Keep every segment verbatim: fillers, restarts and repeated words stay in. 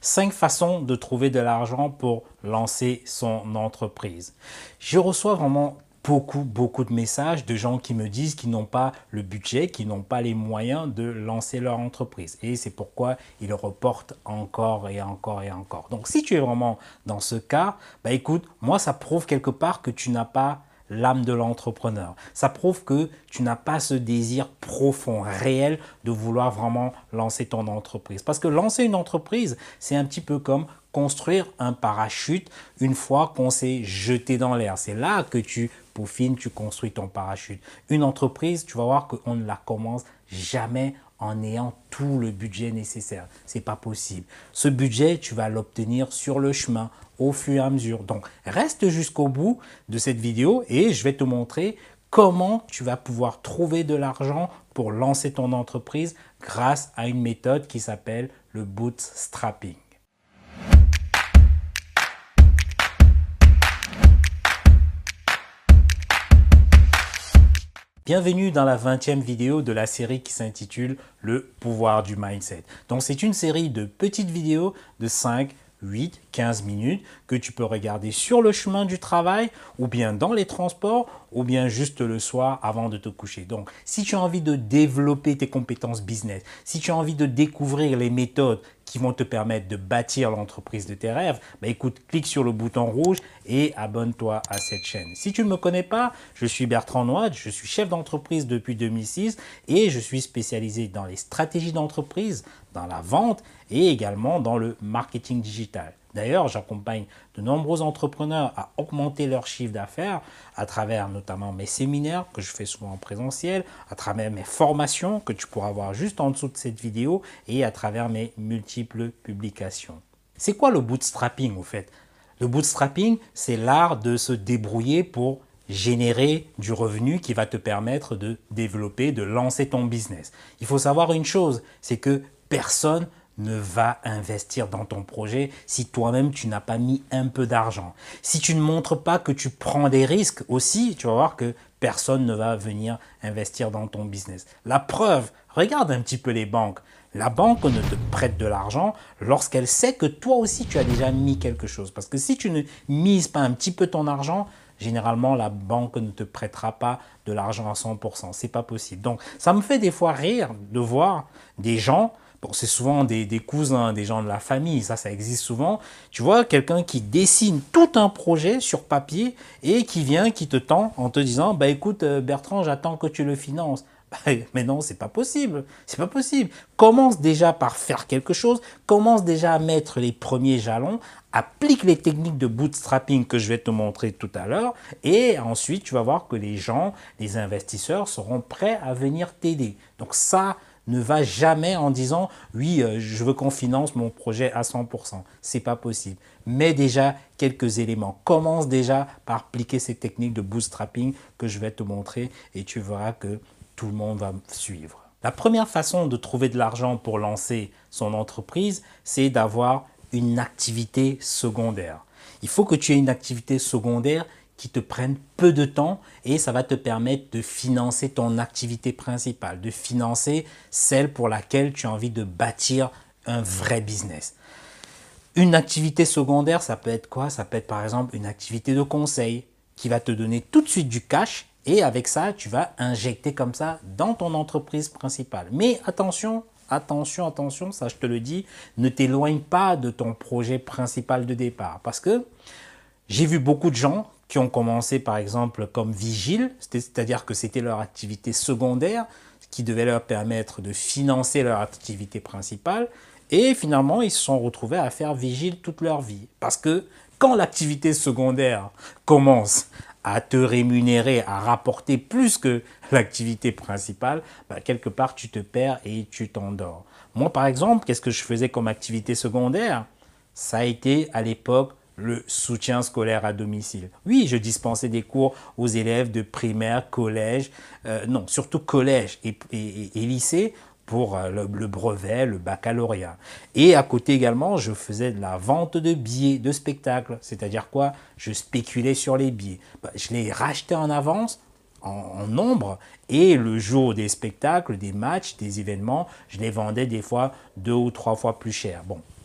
Cinq façons de trouver de l'argent pour lancer son entreprise. Je reçois vraiment beaucoup, beaucoup de messages de gens qui me disent qu'ils n'ont pas le budget, qu'ils n'ont pas les moyens de lancer leur entreprise. Et c'est pourquoi ils reportent encore et encore et encore. Donc, si tu es vraiment dans ce cas, bah écoute, moi, ça prouve quelque part que tu n'as pas l'âme de l'entrepreneur. Ça prouve que tu n'as pas ce désir profond, réel de vouloir vraiment lancer ton entreprise. Parce que lancer une entreprise, c'est un petit peu comme construire un parachute une fois qu'on s'est jeté dans l'air. C'est là que tu peaufines, tu construis ton parachute. Une entreprise, tu vas voir qu'on ne la commence jamais en ayant tout le budget nécessaire. Ce n'est pas possible. Ce budget, tu vas l'obtenir sur le chemin, au fur et à mesure. Donc, reste jusqu'au bout de cette vidéo et je vais te montrer comment tu vas pouvoir trouver de l'argent pour lancer ton entreprise grâce à une méthode qui s'appelle le bootstrapping. Bienvenue dans la vingtième vidéo de la série qui s'intitule Le pouvoir du mindset. Donc c'est une série de petites vidéos de cinq, huit, quinze minutes que tu peux regarder sur le chemin du travail ou bien dans les transports ou bien juste le soir avant de te coucher. Donc si tu as envie de développer tes compétences business, si tu as envie de découvrir les méthodes qui vont te permettre de bâtir l'entreprise de tes rêves, bah écoute, clique sur le bouton rouge et abonne-toi à cette chaîne. Si tu ne me connais pas, je suis Bertrand Noailles, je suis chef d'entreprise depuis deux mille six et je suis spécialisé dans les stratégies d'entreprise, dans la vente et également dans le marketing digital. D'ailleurs, j'accompagne de nombreux entrepreneurs à augmenter leur chiffre d'affaires à travers notamment mes séminaires que je fais souvent en présentiel, à travers mes formations que tu pourras voir juste en dessous de cette vidéo et à travers mes multiples publications. C'est quoi le bootstrapping au fait? Le bootstrapping, c'est l'art de se débrouiller pour générer du revenu qui va te permettre de développer, de lancer ton business. Il faut savoir une chose, c'est que personne ne va investir dans ton projet si toi-même tu n'as pas mis un peu d'argent. Si tu ne montres pas que tu prends des risques aussi, tu vas voir que personne ne va venir investir dans ton business. La preuve, regarde un petit peu les banques. La banque ne te prête de l'argent lorsqu'elle sait que toi aussi tu as déjà mis quelque chose. Parce que si tu ne mises pas un petit peu ton argent, généralement, la banque ne te prêtera pas de l'argent à cent pour cent. C'est pas possible. Donc, ça me fait des fois rire de voir des gens. Bon, c'est souvent des, des cousins, des gens de la famille, ça, ça existe souvent. Tu vois, quelqu'un qui dessine tout un projet sur papier et qui vient, qui te tend en te disant, bah écoute Bertrand, j'attends que tu le finances. Mais non, c'est pas possible, c'est pas possible. Commence déjà par faire quelque chose, commence déjà à mettre les premiers jalons, applique les techniques de bootstrapping que je vais te montrer tout à l'heure et ensuite tu vas voir que les gens, les investisseurs seront prêts à venir t'aider. Donc ça, ne va jamais en disant « oui, euh, je veux qu'on finance mon projet à cent pour cent ». Ce n'est pas possible. Mets déjà quelques éléments. Commence déjà par appliquer ces techniques de bootstrapping que je vais te montrer et tu verras que tout le monde va me suivre. La première façon de trouver de l'argent pour lancer son entreprise, c'est d'avoir une activité secondaire. Il faut que tu aies une activité secondaire qui te prennent peu de temps et ça va te permettre de financer ton activité principale, de financer celle pour laquelle tu as envie de bâtir un vrai business. Une activité secondaire, ça peut être quoi? Ça peut être par exemple une activité de conseil qui va te donner tout de suite du cash et avec ça, tu vas injecter comme ça dans ton entreprise principale. Mais attention, attention, attention, ça je te le dis, ne t'éloigne pas de ton projet principal de départ parce que j'ai vu beaucoup de gens qui ont commencé par exemple comme vigiles, c'est-à-dire que c'était leur activité secondaire qui devait leur permettre de financer leur activité principale et finalement ils se sont retrouvés à faire vigile toute leur vie. Parce que quand l'activité secondaire commence à te rémunérer, à rapporter plus que l'activité principale, bah, quelque part tu te perds et tu t'endors. Moi par exemple, qu'est-ce que je faisais comme activité secondaire? Ça a été à l'époque le soutien scolaire à domicile. Oui, je dispensais des cours aux élèves de primaire, collège, euh, non, surtout collège et, et, et lycée pour le, le brevet, le baccalauréat. Et à côté également, je faisais de la vente de billets de spectacle. C'est-à-dire quoi? Je spéculais sur les billets. Bah, je les rachetais en avance, en, en nombre, et le jour des spectacles, des matchs, des événements, je les vendais des fois deux ou trois fois plus cher. Bon,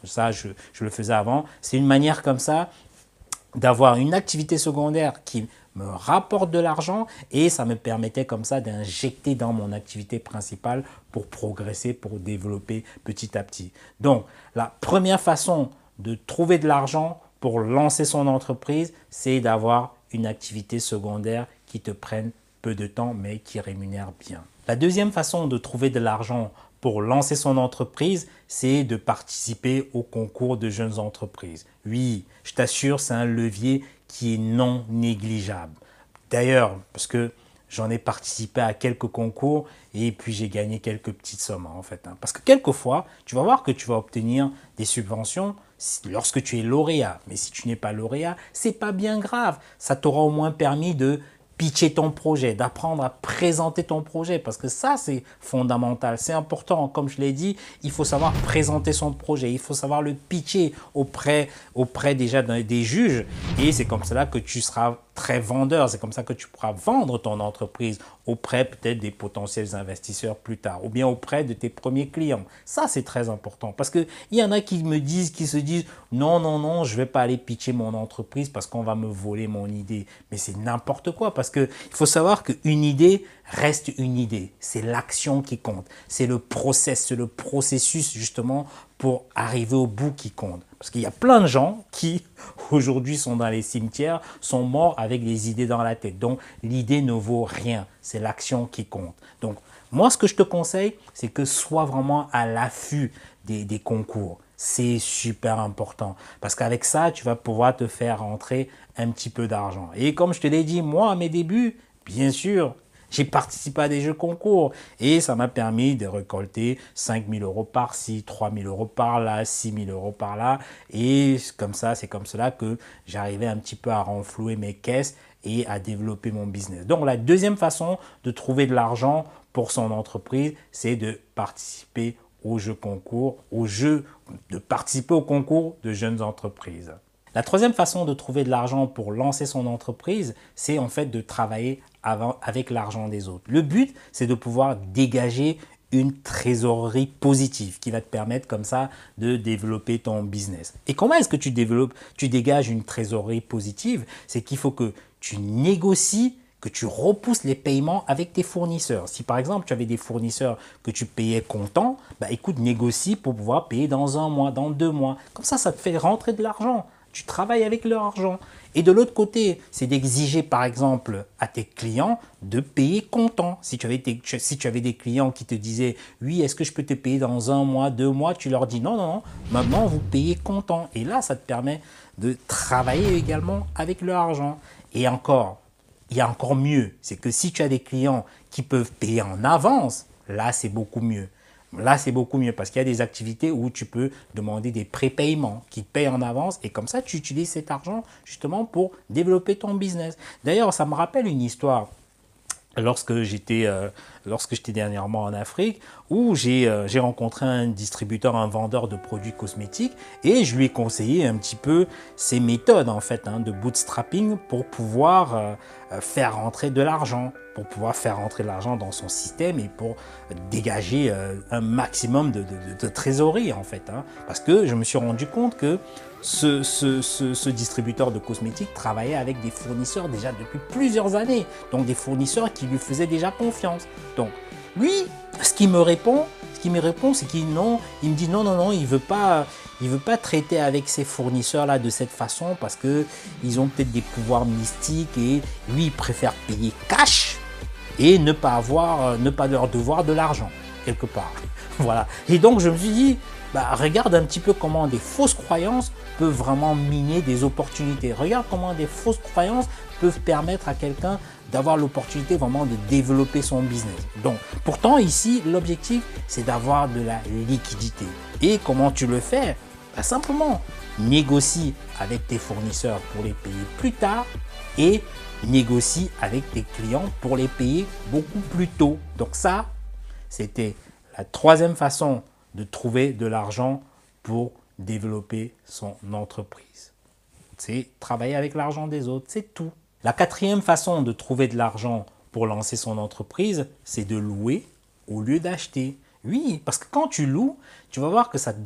Ça, je, je le faisais avant. C'est une manière comme ça d'avoir une activité secondaire qui me rapporte de l'argent et ça me permettait comme ça d'injecter dans mon activité principale pour progresser, pour développer petit à petit. Donc, la première façon de trouver de l'argent pour lancer son entreprise, c'est d'avoir une activité secondaire qui te prenne peu de temps mais qui rémunère bien. La deuxième façon de trouver de l'argent pour lancer son entreprise, c'est de participer au concours de jeunes entreprises. Oui, je t'assure, c'est un levier qui est non négligeable. D'ailleurs, parce que j'en ai participé à quelques concours et puis j'ai gagné quelques petites sommes en fait. Parce que quelquefois, tu vas voir que tu vas obtenir des subventions lorsque tu es lauréat. Mais si tu n'es pas lauréat, c'est pas bien grave. Ça t'aura au moins permis de pitcher ton projet, d'apprendre à présenter ton projet parce que ça, c'est fondamental, c'est important. Comme je l'ai dit, il faut savoir présenter son projet, il faut savoir le pitcher auprès, auprès déjà des juges et c'est comme cela que tu seras très vendeur, c'est comme ça que tu pourras vendre ton entreprise auprès peut-être des potentiels investisseurs plus tard ou bien auprès de tes premiers clients. Ça, c'est très important parce qu'il y en a qui me disent, qui se disent non, non, non, je ne vais pas aller pitcher mon entreprise parce qu'on va me voler mon idée. Mais c'est n'importe quoi parce qu'il faut savoir qu'une idée reste une idée. C'est l'action qui compte. C'est le process, c'est le processus justement pour arriver au bout qui compte. Parce qu'il y a plein de gens qui, aujourd'hui, sont dans les cimetières, sont morts avec des idées dans la tête. Donc, l'idée ne vaut rien. C'est l'action qui compte. Donc, moi, ce que je te conseille, c'est que sois vraiment à l'affût des, des concours. C'est super important. Parce qu'avec ça, tu vas pouvoir te faire rentrer un petit peu d'argent. Et comme je te l'ai dit, moi, à mes débuts, bien sûr, j'ai participé à des jeux concours et ça m'a permis de récolter cinq mille euros par-ci, trois mille euros par-là, six mille euros par-là. Et comme ça, c'est comme cela que j'arrivais un petit peu à renflouer mes caisses et à développer mon business. Donc, la deuxième façon de trouver de l'argent pour son entreprise, c'est de participer aux jeux concours, aux jeux, de participer au concours de jeunes entreprises. La troisième façon de trouver de l'argent pour lancer son entreprise, c'est en fait de travailler avant, avec l'argent des autres. Le but, c'est de pouvoir dégager une trésorerie positive qui va te permettre comme ça de développer ton business. Et comment est-ce que tu développes, tu dégages une trésorerie positive? C'est qu'il faut que tu négocies, que tu repousses les paiements avec tes fournisseurs. Si par exemple tu avais des fournisseurs que tu payais comptant, bah écoute, négocie pour pouvoir payer dans un mois, dans deux mois. Comme ça, ça te fait rentrer de l'argent. Tu travailles avec leur argent. Et de l'autre côté, c'est d'exiger par exemple à tes clients de payer comptant. Si tu avais, tes, si tu avais des clients qui te disaient « Oui, est-ce que je peux te payer dans un mois, deux mois ?» Tu leur dis « Non, non, non, maintenant vous payez comptant. » Et là, ça te permet de travailler également avec leur argent. Et encore, il y a encore mieux. C'est que si tu as des clients qui peuvent payer en avance, là, c'est beaucoup mieux. Là, c'est beaucoup mieux parce qu'il y a des activités où tu peux demander des prépaiements qui te payent en avance et comme ça, tu utilises cet argent justement pour développer ton business. D'ailleurs, ça me rappelle une histoire lorsque j'étais euh, lorsque j'étais dernièrement en Afrique où j'ai euh, j'ai rencontré un distributeur, un vendeur de produits cosmétiques et je lui ai conseillé un petit peu ces méthodes en fait hein, de bootstrapping pour pouvoir euh, faire rentrer de l'argent, pour pouvoir faire rentrer de l'argent dans son système et pour dégager euh, un maximum de, de, de, de trésorerie en fait. Hein, parce que je me suis rendu compte que Ce, ce, ce, ce distributeur de cosmétiques travaillait avec des fournisseurs déjà depuis plusieurs années. Donc des fournisseurs qui lui faisaient déjà confiance. Donc lui, ce qu'il me répond, ce qu'il me répond, c'est qu'il non, il me dit non, non, non, il veut pas, il veut pas traiter avec ces fournisseurs-là de cette façon parce que ils ont peut-être des pouvoirs mystiques et lui, il préfère payer cash et ne pas avoir, ne pas leur devoir de l'argent quelque part. Voilà. Et donc je me suis dit, bah, regarde un petit peu comment des fausses croyances peuvent vraiment miner des opportunités. Regarde comment des fausses croyances peuvent permettre à quelqu'un d'avoir l'opportunité vraiment de développer son business. Donc, pourtant ici, l'objectif, c'est d'avoir de la liquidité. Et comment tu le fais? Bah, simplement, négocie avec tes fournisseurs pour les payer plus tard et négocie avec tes clients pour les payer beaucoup plus tôt. Donc ça, c'était la troisième façon de trouver de l'argent pour développer son entreprise. C'est travailler avec l'argent des autres, c'est tout. La quatrième façon de trouver de l'argent pour lancer son entreprise, c'est de louer au lieu d'acheter. Oui, parce que quand tu loues, tu vas voir que ça te donne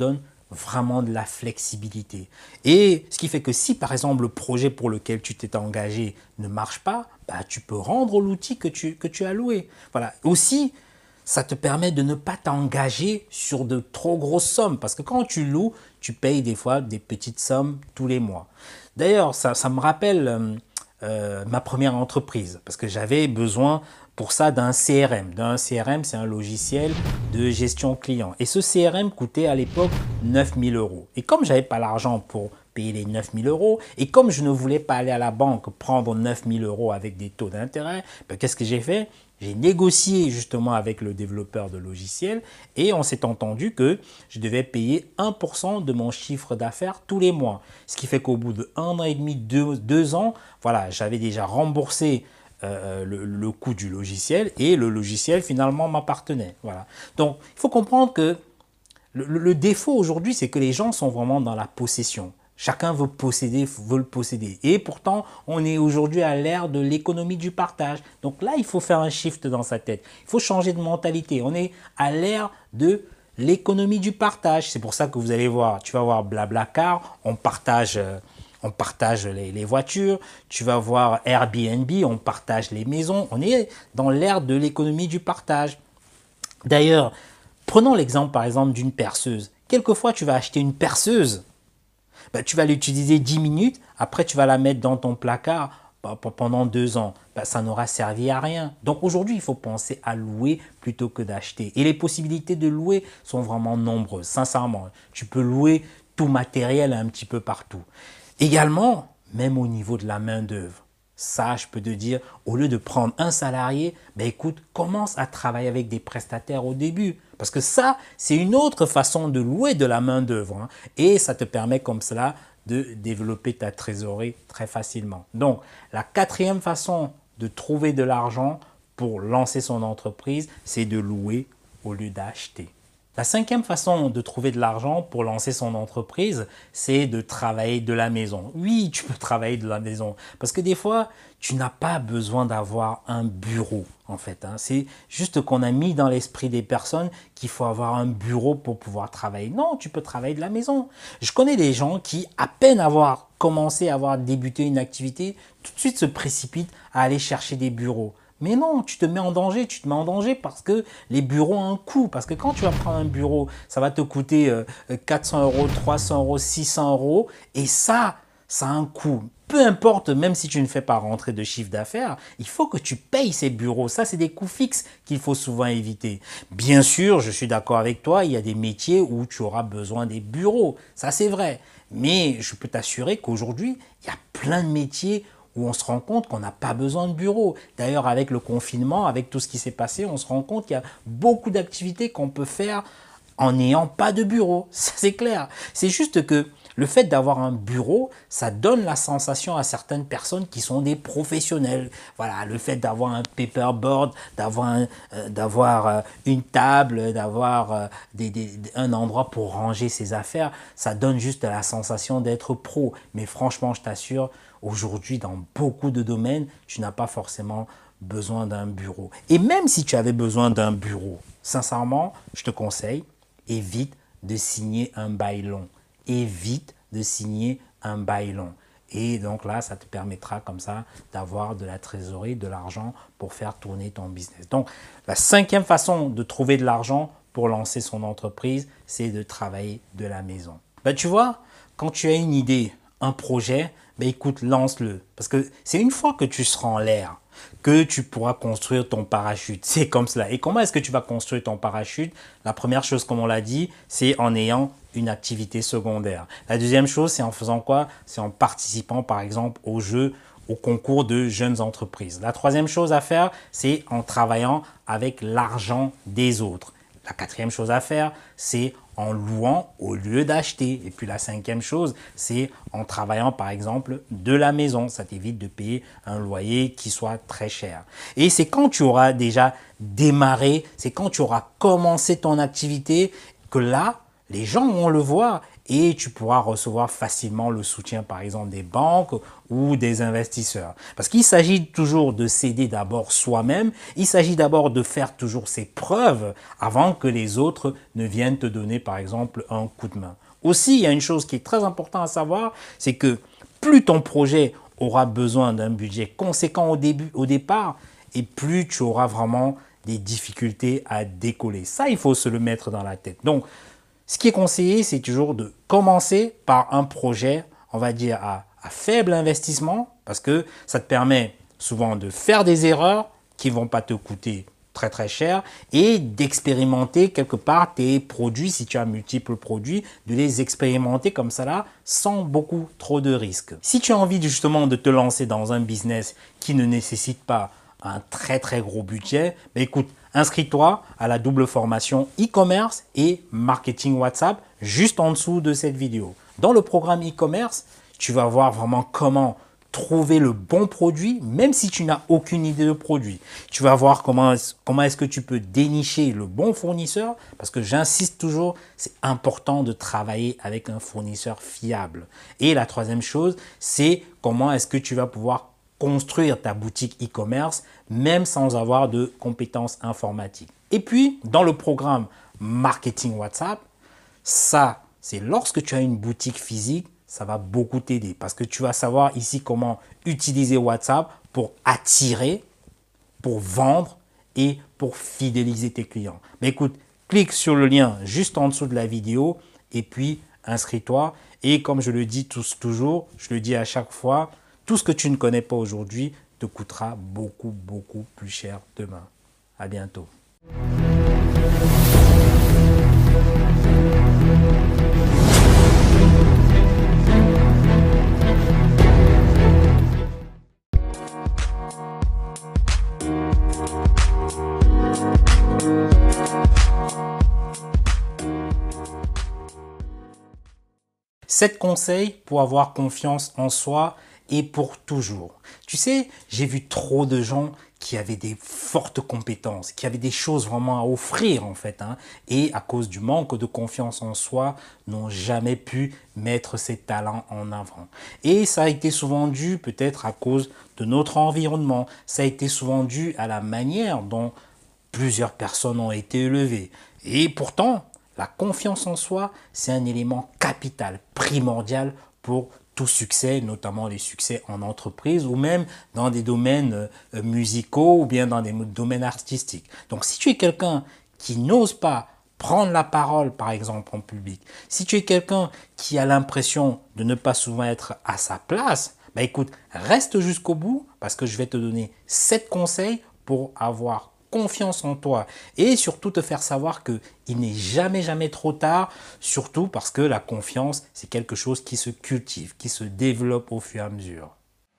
vraiment de la flexibilité. Et ce qui fait que si par exemple le projet pour lequel tu t'es engagé ne marche pas, bah, tu peux rendre l'outil que tu, que tu as loué. Voilà. Aussi, ça te permet de ne pas t'engager sur de trop grosses sommes. Parce que quand tu loues, tu payes des fois des petites sommes tous les mois. D'ailleurs, ça, ça me rappelle euh, euh, ma première entreprise. Parce que j'avais besoin pour ça d'un C R M. D'un C R M, c'est un logiciel de gestion client. Et ce C R M coûtait à l'époque neuf mille euros. Et comme je n'avais pas l'argent pour payer les neuf mille euros, et comme je ne voulais pas aller à la banque prendre neuf mille euros avec des taux d'intérêt, ben, qu'est-ce que j'ai fait? J'ai négocié justement avec le développeur de logiciel et on s'est entendu que je devais payer un pour cent de mon chiffre d'affaires tous les mois. Ce qui fait qu'au bout de un an et demi, deux, deux ans, voilà, j'avais déjà remboursé euh, le, le coût du logiciel et le logiciel finalement m'appartenait. Voilà. Donc il faut comprendre que le, le défaut aujourd'hui, c'est que les gens sont vraiment dans la possession. Chacun veut posséder, veut le posséder. Et pourtant, on est aujourd'hui à l'ère de l'économie du partage. Donc là, il faut faire un shift dans sa tête. Il faut changer de mentalité. On est à l'ère de l'économie du partage. C'est pour ça que vous allez voir, tu vas voir Blablacar, on partage, on partage les, les voitures. Tu vas voir Airbnb, on partage les maisons. On est dans l'ère de l'économie du partage. D'ailleurs, prenons l'exemple par exemple d'une perceuse. Quelquefois, tu vas acheter une perceuse. Ben, tu vas l'utiliser dix minutes, après tu vas la mettre dans ton placard ben, pendant deux ans. Ben, ça n'aura servi à rien. Donc aujourd'hui, il faut penser à louer plutôt que d'acheter. Et les possibilités de louer sont vraiment nombreuses, sincèrement. Tu peux louer tout matériel un petit peu partout. Également, même au niveau de la main-d'œuvre. Ça, je peux te dire, au lieu de prendre un salarié, ben écoute, commence à travailler avec des prestataires au début. Parce que ça, c'est une autre façon de louer de la main-d'œuvre. Hein, et ça te permet comme cela de développer ta trésorerie très facilement. Donc, la quatrième façon de trouver de l'argent pour lancer son entreprise, c'est de louer au lieu d'acheter. La cinquième façon de trouver de l'argent pour lancer son entreprise, c'est de travailler de la maison. Oui, tu peux travailler de la maison parce que des fois, tu n'as pas besoin d'avoir un bureau en fait. Hein. C'est juste qu'on a mis dans l'esprit des personnes qu'il faut avoir un bureau pour pouvoir travailler. Non, tu peux travailler de la maison. Je connais des gens qui, à peine avoir commencé à avoir débuté une activité, tout de suite se précipitent à aller chercher des bureaux. Mais non, tu te mets en danger, tu te mets en danger parce que les bureaux ont un coût. Parce que quand tu vas prendre un bureau, ça va te coûter quatre cents euros, trois cents euros, six cents euros. Et ça, ça a un coût. Peu importe, même si tu ne fais pas rentrer de chiffre d'affaires, il faut que tu payes ces bureaux. Ça, c'est des coûts fixes qu'il faut souvent éviter. Bien sûr, je suis d'accord avec toi, il y a des métiers où tu auras besoin des bureaux. Ça, c'est vrai. Mais je peux t'assurer qu'aujourd'hui, il y a plein de métiers où on se rend compte qu'on n'a pas besoin de bureau. D'ailleurs, avec le confinement, avec tout ce qui s'est passé, on se rend compte qu'il y a beaucoup d'activités qu'on peut faire en n'ayant pas de bureau. Ça, c'est clair. C'est juste que le fait d'avoir un bureau, ça donne la sensation à certaines personnes qui sont des professionnels. Voilà, le fait d'avoir un paperboard, d'avoir un, euh, d'avoir euh, une table, d'avoir euh, des, des, un endroit pour ranger ses affaires, ça donne juste la sensation d'être pro. Mais franchement, je t'assure, aujourd'hui, dans beaucoup de domaines, tu n'as pas forcément besoin d'un bureau. Et même si tu avais besoin d'un bureau, sincèrement, je te conseille, évite de signer un bail long. Évite de signer un bail long. Et donc là, ça te permettra comme ça d'avoir de la trésorerie, de l'argent pour faire tourner ton business. Donc, la cinquième façon de trouver de l'argent pour lancer son entreprise, c'est de travailler de la maison. Ben, tu vois, quand tu as une idée, un projet, ben écoute, lance-le. Parce que c'est une fois que tu seras en l'air que tu pourras construire ton parachute. C'est comme cela. Et comment est-ce que tu vas construire ton parachute? La première chose, comme on l'a dit, c'est en ayant une activité secondaire. La deuxième chose, c'est en faisant quoi? C'est en participant, par exemple, aux jeux, au concours de jeunes entreprises. La troisième chose à faire, c'est en travaillant avec l'argent des autres. La quatrième chose à faire, c'est en louant au lieu d'acheter. Et puis la cinquième chose, c'est en travaillant par exemple de la maison. Ça t'évite de payer un loyer qui soit très cher. Et c'est quand tu auras déjà démarré, c'est quand tu auras commencé ton activité que là, les gens vont le voir et tu pourras recevoir facilement le soutien par exemple des banques ou des investisseurs. Parce qu'il s'agit toujours de s'aider d'abord soi-même, il s'agit d'abord de faire toujours ses preuves avant que les autres ne viennent te donner par exemple un coup de main. Aussi, il y a une chose qui est très importante à savoir, c'est que plus ton projet aura besoin d'un budget conséquent au début, au départ, et plus tu auras vraiment des difficultés à décoller. Ça, il faut se le mettre dans la tête. Donc, ce qui est conseillé, c'est toujours de commencer par un projet, on va dire, à, à faible investissement, parce que ça te permet souvent de faire des erreurs qui ne vont pas te coûter très très cher et d'expérimenter quelque part tes produits, si tu as multiples produits, de les expérimenter comme ça là, sans beaucoup trop de risques. Si tu as envie justement de te lancer dans un business qui ne nécessite pas un très très gros budget, ben écoute, inscris-toi à la double formation e-commerce et marketing WhatsApp juste en dessous de cette vidéo. Dans le programme e-commerce, tu vas voir vraiment comment trouver le bon produit, même si tu n'as aucune idée de produit. Tu vas voir comment, comment est-ce que tu peux dénicher le bon fournisseur, parce que j'insiste toujours, c'est important de travailler avec un fournisseur fiable. Et la troisième chose, c'est comment est-ce que tu vas pouvoir construire ta boutique e-commerce, même sans avoir de compétences informatiques. Et puis, dans le programme Marketing WhatsApp, ça, c'est lorsque tu as une boutique physique, ça va beaucoup t'aider parce que tu vas savoir ici comment utiliser WhatsApp pour attirer, pour vendre et pour fidéliser tes clients. Mais écoute, clique sur le lien juste en dessous de la vidéo et puis inscris-toi. Et comme je le dis tous, toujours, je le dis à chaque fois, tout ce que tu ne connais pas aujourd'hui te coûtera beaucoup, beaucoup plus cher demain. À bientôt. sept conseils pour avoir confiance en soi et pour toujours. Tu sais, j'ai vu trop de gens qui avaient des fortes compétences, qui avaient des choses vraiment à offrir en fait, hein, et à cause du manque de confiance en soi, n'ont jamais pu mettre ces talents en avant. Et ça a été souvent dû peut-être à cause de notre environnement, ça a été souvent dû à la manière dont plusieurs personnes ont été élevées. Et pourtant, la confiance en soi, c'est un élément capital, primordial pour tout succès, notamment les succès en entreprise ou même dans des domaines euh, musicaux ou bien dans des domaines artistiques. Donc si tu es quelqu'un qui n'ose pas prendre la parole, par exemple, en public, si tu es quelqu'un qui a l'impression de ne pas souvent être à sa place, bah écoute, reste jusqu'au bout parce que je vais te donner sept conseils pour avoir confiance en toi et surtout te faire savoir que il n'est jamais jamais trop tard, surtout parce que la confiance c'est quelque chose qui se cultive, qui se développe au fur et à mesure.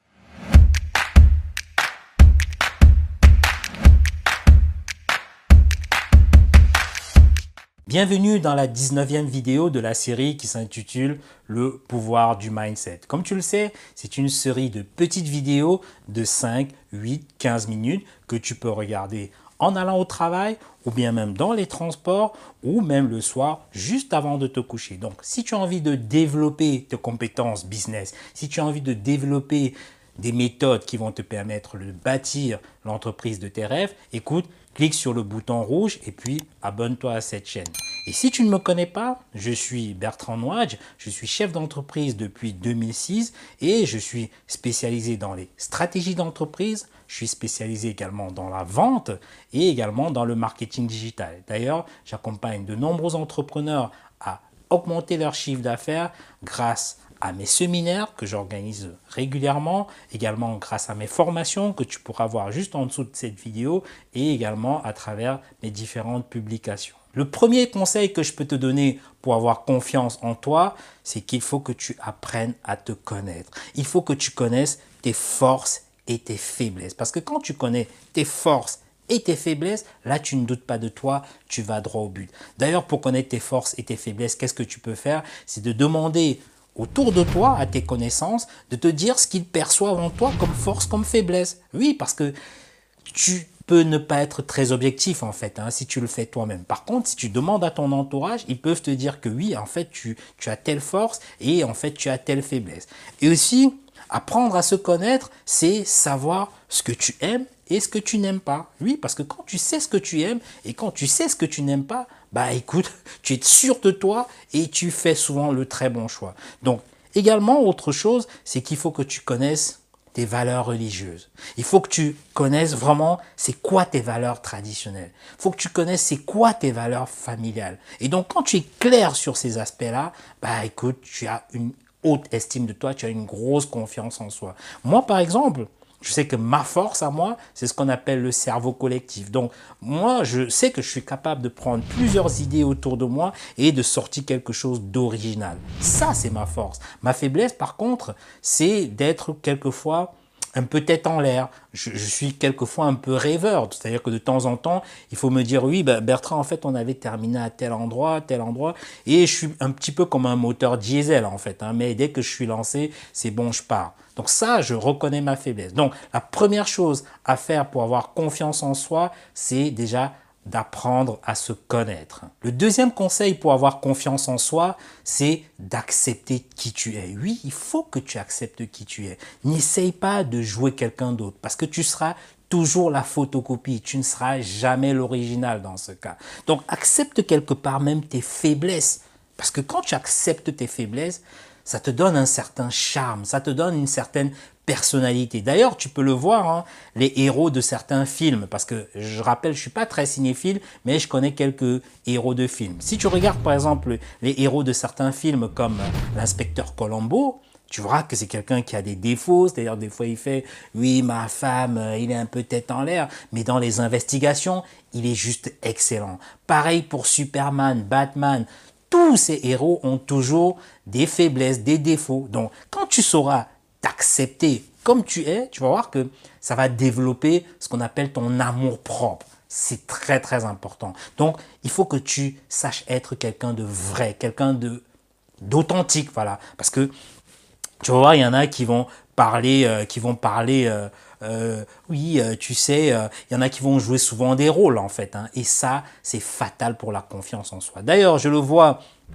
Bienvenue dans la dix-neuvième vidéo de la série qui s'intitule Le pouvoir du mindset. Comme tu le sais, c'est une série de petites vidéos de cinq, huit, quinze minutes que tu peux regarder en allant au travail ou bien même dans les transports ou même le soir juste avant de te coucher. Donc, si tu as envie de développer tes compétences business, si tu as envie de développer des méthodes qui vont te permettre de bâtir l'entreprise de tes rêves, écoute, clique sur le bouton rouge et puis abonne-toi à cette chaîne. Et si tu ne me connais pas, je suis Bertrand Nouadj, je suis chef d'entreprise depuis deux mille six et je suis spécialisé dans les stratégies d'entreprise, je suis spécialisé également dans la vente et également dans le marketing digital. D'ailleurs, j'accompagne de nombreux entrepreneurs à augmenter leur chiffre d'affaires grâce à mes séminaires que j'organise régulièrement, également grâce à mes formations que tu pourras voir juste en dessous de cette vidéo et également à travers mes différentes publications. Le premier conseil que je peux te donner pour avoir confiance en toi, c'est qu'il faut que tu apprennes à te connaître. Il faut que tu connaisses tes forces et tes faiblesses. Parce que quand tu connais tes forces et tes faiblesses, là tu ne doutes pas de toi, tu vas droit au but. D'ailleurs, pour connaître tes forces et tes faiblesses, qu'est-ce que tu peux faire? C'est de demander autour de toi, à tes connaissances, de te dire ce qu'ils perçoivent en toi comme force, comme faiblesse. Oui, parce que tu peux ne pas être très objectif en fait, hein, si tu le fais toi-même. Par contre, si tu demandes à ton entourage, ils peuvent te dire que oui, en fait, tu, tu as telle force et en fait, tu as telle faiblesse. Et aussi, apprendre à se connaître, c'est savoir ce que tu aimes et ce que tu n'aimes pas. Oui, parce que quand tu sais ce que tu aimes et quand tu sais ce que tu n'aimes pas, bah écoute, tu es sûr de toi et tu fais souvent le très bon choix. Donc, également, autre chose, c'est qu'il faut que tu connaisses tes valeurs religieuses. Il faut que tu connaisses vraiment c'est quoi tes valeurs traditionnelles. Il faut que tu connaisses c'est quoi tes valeurs familiales. Et donc, quand tu es clair sur ces aspects-là, bah écoute, tu as une haute estime de toi, tu as une grosse confiance en soi. Moi, par exemple, je sais que ma force à moi, c'est ce qu'on appelle le cerveau collectif. Donc, moi, je sais que je suis capable de prendre plusieurs idées autour de moi et de sortir quelque chose d'original. Ça, c'est ma force. Ma faiblesse, par contre, c'est d'être quelquefois un peu tête en l'air. Je, je suis quelquefois un peu rêveur. C'est-à-dire que de temps en temps, il faut me dire, oui, ben Bertrand, en fait, on avait terminé à tel endroit, tel endroit. Et je suis un petit peu comme un moteur diesel, en fait. Hein, mais dès que je suis lancé, c'est bon, je pars. Donc ça, je reconnais ma faiblesse. Donc, la première chose à faire pour avoir confiance en soi, c'est déjà d'apprendre à se connaître. Le deuxième conseil pour avoir confiance en soi, c'est d'accepter qui tu es. Oui, il faut que tu acceptes qui tu es. N'essaye pas de jouer quelqu'un d'autre parce que tu seras toujours la photocopie. Tu ne seras jamais l'original dans ce cas. Donc, accepte quelque part même tes faiblesses. Parce que quand tu acceptes tes faiblesses, ça te donne un certain charme, ça te donne une certaine personnalité. D'ailleurs, tu peux le voir, hein, les héros de certains films, parce que je rappelle, je ne suis pas très cinéphile, mais je connais quelques héros de films. Si tu regardes par exemple les héros de certains films comme l'inspecteur Colombo, tu verras que c'est quelqu'un qui a des défauts, c'est-à-dire des fois il fait « oui, ma femme, il est un peu tête en l'air », mais dans les investigations, il est juste excellent. Pareil pour Superman, Batman, tous ces héros ont toujours des faiblesses, des défauts. Donc, quand tu sauras t'accepter comme tu es, tu vas voir que ça va développer ce qu'on appelle ton amour-propre. C'est très, très important. Donc, il faut que tu saches être quelqu'un de vrai, quelqu'un de d'authentique, voilà. Parce que, tu vas voir, il y en a qui vont parler, euh, qui vont parler... Euh, Euh, oui, euh, tu sais, il euh, y en a qui vont jouer souvent des rôles en fait. Hein, et ça, c'est fatal pour la confiance en soi. D'ailleurs, je le vois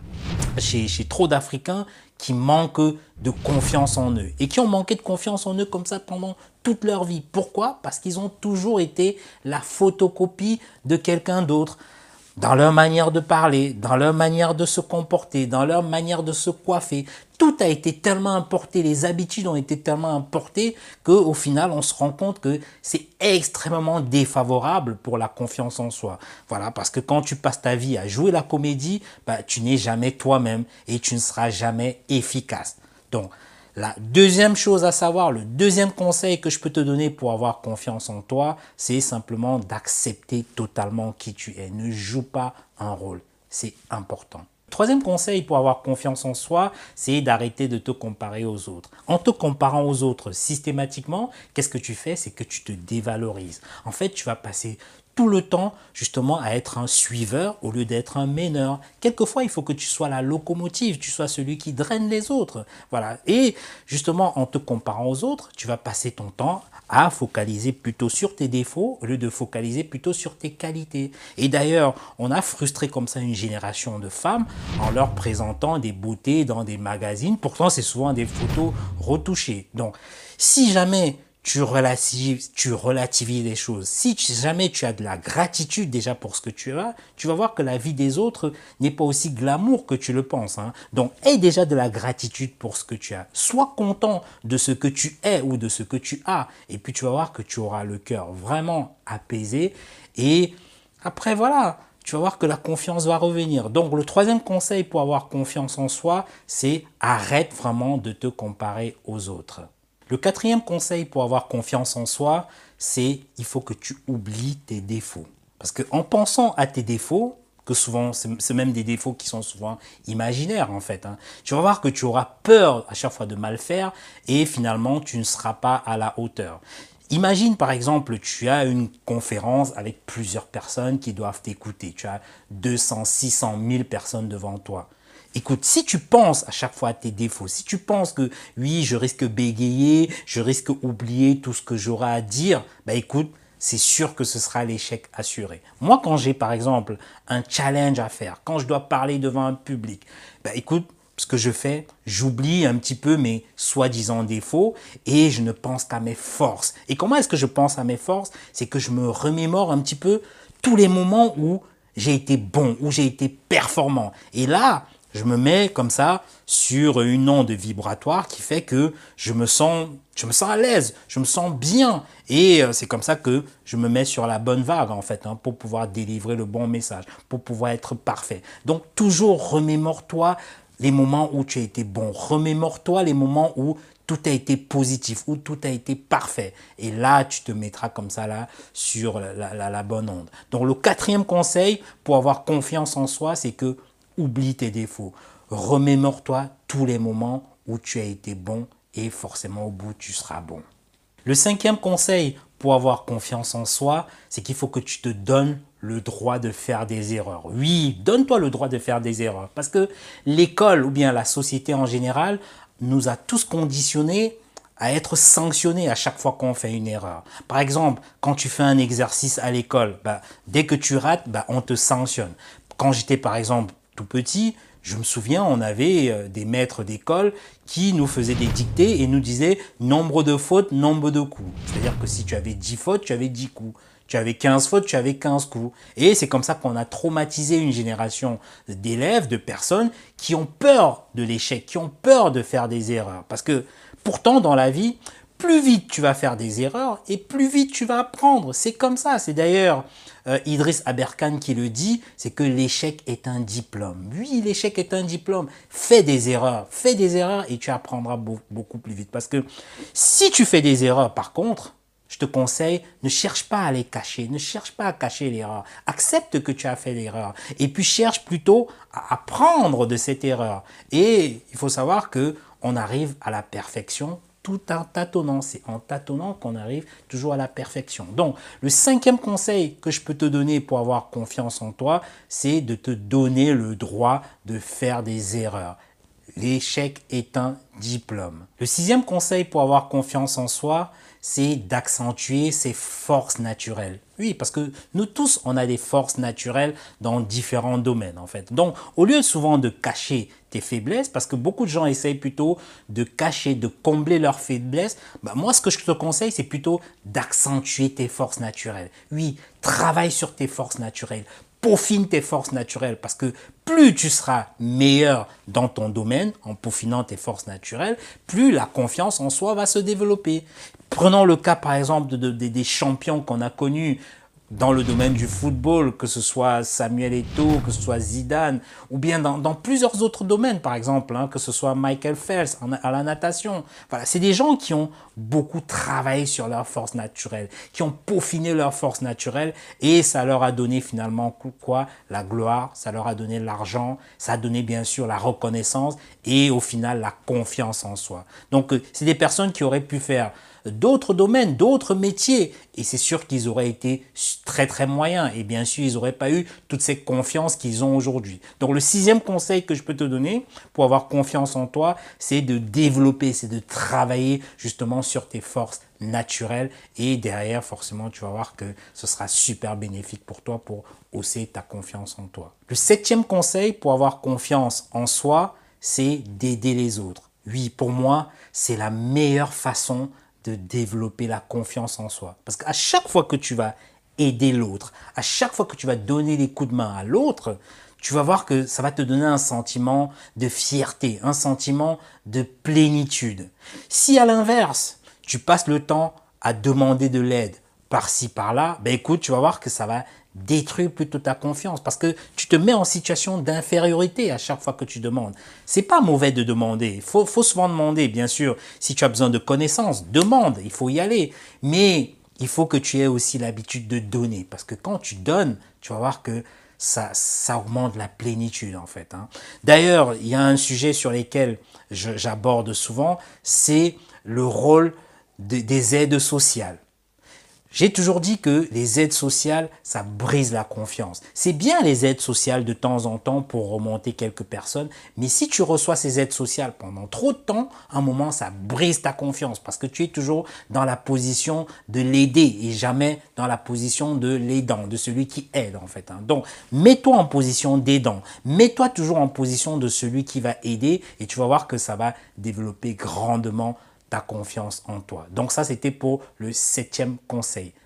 chez, chez trop d'Africains qui manquent de confiance en eux. Et qui ont manqué de confiance en eux comme ça pendant toute leur vie. Pourquoi? Parce qu'ils ont toujours été la photocopie de quelqu'un d'autre. Dans leur manière de parler, dans leur manière de se comporter, dans leur manière de se coiffer. Tout a été tellement importé, les habitudes ont été tellement importées qu'au final, on se rend compte que c'est extrêmement défavorable pour la confiance en soi. Voilà, parce que quand tu passes ta vie à jouer la comédie, bah, tu n'es jamais toi-même et tu ne seras jamais efficace. Donc, la deuxième chose à savoir, le deuxième conseil que je peux te donner pour avoir confiance en toi, c'est simplement d'accepter totalement qui tu es. Ne joue pas un rôle, c'est important. Troisième conseil pour avoir confiance en soi, c'est d'arrêter de te comparer aux autres. En te comparant aux autres systématiquement, qu'est-ce que tu fais? C'est que tu te dévalorises. En fait, tu vas passer tout le temps justement à être un suiveur au lieu d'être un meneur. Quelquefois, il faut que tu sois la locomotive, tu sois celui qui draine les autres. Voilà. Et justement, en te comparant aux autres, tu vas passer ton temps à focaliser plutôt sur tes défauts au lieu de focaliser plutôt sur tes qualités. Et d'ailleurs, on a frustré comme ça une génération de femmes en leur présentant des beautés dans des magazines. Pourtant, c'est souvent des photos retouchées. Donc, si jamais tu relativises, tu relativises les choses. Si jamais tu as de la gratitude déjà pour ce que tu as, tu vas voir que la vie des autres n'est pas aussi glamour que tu le penses. Hein. Donc, aie déjà de la gratitude pour ce que tu as. Sois content de ce que tu es ou de ce que tu as. Et puis, tu vas voir que tu auras le cœur vraiment apaisé. Et après, voilà, tu vas voir que la confiance va revenir. Donc, le troisième conseil pour avoir confiance en soi, c'est arrête vraiment de te comparer aux autres. Le quatrième conseil pour avoir confiance en soi, c'est il faut que tu oublies tes défauts. Parce qu'en pensant à tes défauts, que souvent, c'est même des défauts qui sont souvent imaginaires en fait, hein, tu vas voir que tu auras peur à chaque fois de mal faire et finalement, tu ne seras pas à la hauteur. Imagine par exemple, tu as une conférence avec plusieurs personnes qui doivent t'écouter. Tu as deux cents, six cents, mille personnes devant toi. Écoute, si tu penses à chaque fois à tes défauts, si tu penses que oui, je risque bégayer, je risque oublier tout ce que j'aurai à dire, bah écoute, c'est sûr que ce sera l'échec assuré. Moi, quand j'ai par exemple un challenge à faire, quand je dois parler devant un public, bah écoute, ce que je fais, j'oublie un petit peu mes soi-disant défauts et je ne pense qu'à mes forces. Et comment est-ce que je pense à mes forces? C'est que je me remémore un petit peu tous les moments où j'ai été bon ou j'ai été performant. Et là, je me mets comme ça sur une onde vibratoire qui fait que je me sens, je me sens à l'aise, je me sens bien. Et c'est comme ça que je me mets sur la bonne vague en fait, hein, pour pouvoir délivrer le bon message, pour pouvoir être parfait. Donc toujours remémore-toi les moments où tu as été bon. Remémore-toi les moments où tout a été positif, où tout a été parfait. Et là, tu te mettras comme ça là sur la, la, la bonne onde. Donc le quatrième conseil pour avoir confiance en soi, c'est que oublie tes défauts. Remémore-toi tous les moments où tu as été bon et forcément au bout, tu seras bon. Le cinquième conseil pour avoir confiance en soi, c'est qu'il faut que tu te donnes le droit de faire des erreurs. Oui, donne-toi le droit de faire des erreurs parce que l'école ou bien la société en général nous a tous conditionnés à être sanctionnés à chaque fois qu'on fait une erreur. Par exemple, quand tu fais un exercice à l'école, bah, dès que tu rates, bah, on te sanctionne. Quand j'étais par exemple tout petit, je me souviens, on avait des maîtres d'école qui nous faisaient des dictées et nous disaient nombre de fautes, nombre de coups. C'est-à-dire que si tu avais dix fautes, tu avais dix coups. Tu avais quinze fautes, tu avais quinze coups. Et c'est comme ça qu'on a traumatisé une génération d'élèves, de personnes qui ont peur de l'échec, qui ont peur de faire des erreurs. Parce que pourtant, dans la vie, plus vite tu vas faire des erreurs et plus vite tu vas apprendre. C'est comme ça. C'est d'ailleurs euh, Idriss Aberkan qui le dit, c'est que l'échec est un diplôme. Oui, l'échec est un diplôme. Fais des erreurs. Fais des erreurs et tu apprendras beaucoup plus vite. Parce que si tu fais des erreurs, par contre, je te conseille, ne cherche pas à les cacher, ne cherche pas à cacher l'erreur. Accepte que tu as fait l'erreur et puis cherche plutôt à apprendre de cette erreur. Et il faut savoir que on arrive à la perfection tout en tâtonnant. C'est en tâtonnant qu'on arrive toujours à la perfection. Donc, le cinquième conseil que je peux te donner pour avoir confiance en toi, c'est de te donner le droit de faire des erreurs. L'échec est un diplôme. Le sixième conseil pour avoir confiance en soi, c'est d'accentuer ses forces naturelles. Oui, parce que nous tous, on a des forces naturelles dans différents domaines, en fait. Donc, au lieu souvent de cacher tes faiblesses, parce que beaucoup de gens essayent plutôt de cacher, de combler leurs faiblesses, bah moi, ce que je te conseille, c'est plutôt d'accentuer tes forces naturelles. Oui, travaille sur tes forces naturelles. Peaufine tes forces naturelles parce que plus tu seras meilleur dans ton domaine en peaufinant tes forces naturelles, plus la confiance en soi va se développer. Prenons le cas par exemple de, de, de, des champions qu'on a connus dans le domaine du football, que ce soit Samuel Eto'o, que ce soit Zidane, ou bien dans, dans plusieurs autres domaines, par exemple, hein, que ce soit Michael Phelps en, à la natation. Voilà, c'est des gens qui ont beaucoup travaillé sur leurs forces naturelles, qui ont peaufiné leurs forces naturelles, et ça leur a donné finalement quoi? La gloire, ça leur a donné l'argent, ça a donné bien sûr la reconnaissance, et au final la confiance en soi. Donc, c'est des personnes qui auraient pu faire d'autres domaines, d'autres métiers. Et c'est sûr qu'ils auraient été très très moyens. Et bien sûr, ils n'auraient pas eu toute cette confiance qu'ils ont aujourd'hui. Donc le sixième conseil que je peux te donner pour avoir confiance en toi, c'est de développer, c'est de travailler justement sur tes forces naturelles. Et derrière, forcément, tu vas voir que ce sera super bénéfique pour toi pour hausser ta confiance en toi. Le septième conseil pour avoir confiance en soi, c'est d'aider les autres. Oui, pour moi, c'est la meilleure façon de développer la confiance en soi. Parce qu'à chaque fois que tu vas aider l'autre, à chaque fois que tu vas donner des coups de main à l'autre, tu vas voir que ça va te donner un sentiment de fierté, un sentiment de plénitude. Si à l'inverse, tu passes le temps à demander de l'aide par-ci, par-là, ben écoute, tu vas voir que ça va détruire plutôt ta confiance parce que tu te mets en situation d'infériorité à chaque fois que tu demandes. C'est pas mauvais de demander. Il faut, faut souvent demander, bien sûr. Si tu as besoin de connaissances, demande, il faut y aller. Mais il faut que tu aies aussi l'habitude de donner parce que quand tu donnes, tu vas voir que ça, ça augmente la plénitude en fait. Hein. D'ailleurs, il y a un sujet sur lequel j'aborde souvent, c'est le rôle de, des aides sociales. J'ai toujours dit que les aides sociales, ça brise la confiance. C'est bien les aides sociales de temps en temps pour remonter quelques personnes, mais si tu reçois ces aides sociales pendant trop de temps, à un moment, ça brise ta confiance parce que tu es toujours dans la position de l'aider et jamais dans la position de l'aidant, de celui qui aide en fait. Hein. Donc, mets-toi en position d'aidant, mets-toi toujours en position de celui qui va aider et tu vas voir que ça va développer grandement ta confiance en toi. Donc ça, c'était pour le septième conseil.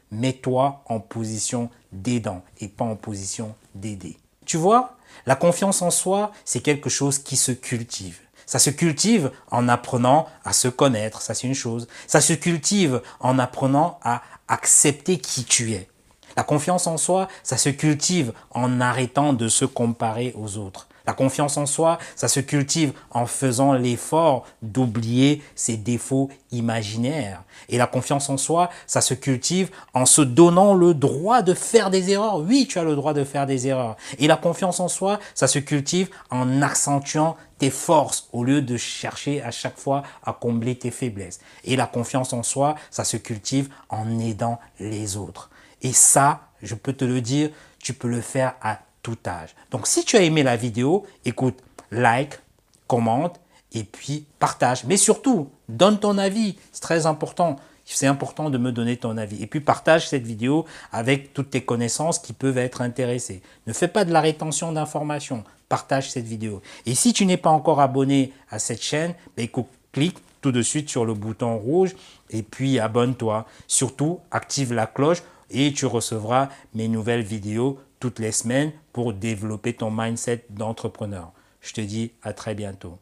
mets-toi en position d'aidant et pas en position d'aider. Tu vois, la confiance en soi, c'est quelque chose qui se cultive. Ça se cultive en apprenant à se connaître, ça c'est une chose. Ça se cultive en apprenant à accepter qui tu es. La confiance en soi, ça se cultive en arrêtant de se comparer aux autres. La confiance en soi, ça se cultive en faisant l'effort d'oublier ses défauts imaginaires. Et la confiance en soi, ça se cultive en se donnant le droit de faire des erreurs. Oui, tu as le droit de faire des erreurs. Et la confiance en soi, ça se cultive en accentuant tes forces au lieu de chercher à chaque fois à combler tes faiblesses. Et la confiance en soi, ça se cultive en aidant les autres. Et ça, je peux te le dire, tu peux le faire à tout âge. Donc, si tu as aimé la vidéo, écoute, like, commente et puis partage. Mais surtout, donne ton avis. C'est très important. C'est important de me donner ton avis. Et puis, partage cette vidéo avec toutes tes connaissances qui peuvent être intéressées. Ne fais pas de la rétention d'informations. Partage cette vidéo. Et si tu n'es pas encore abonné à cette chaîne, ben, écoute, clique tout de suite sur le bouton rouge et puis abonne-toi. Surtout, active la cloche et tu recevras mes nouvelles vidéos toutes les semaines pour développer ton mindset d'entrepreneur. Je te dis à très bientôt.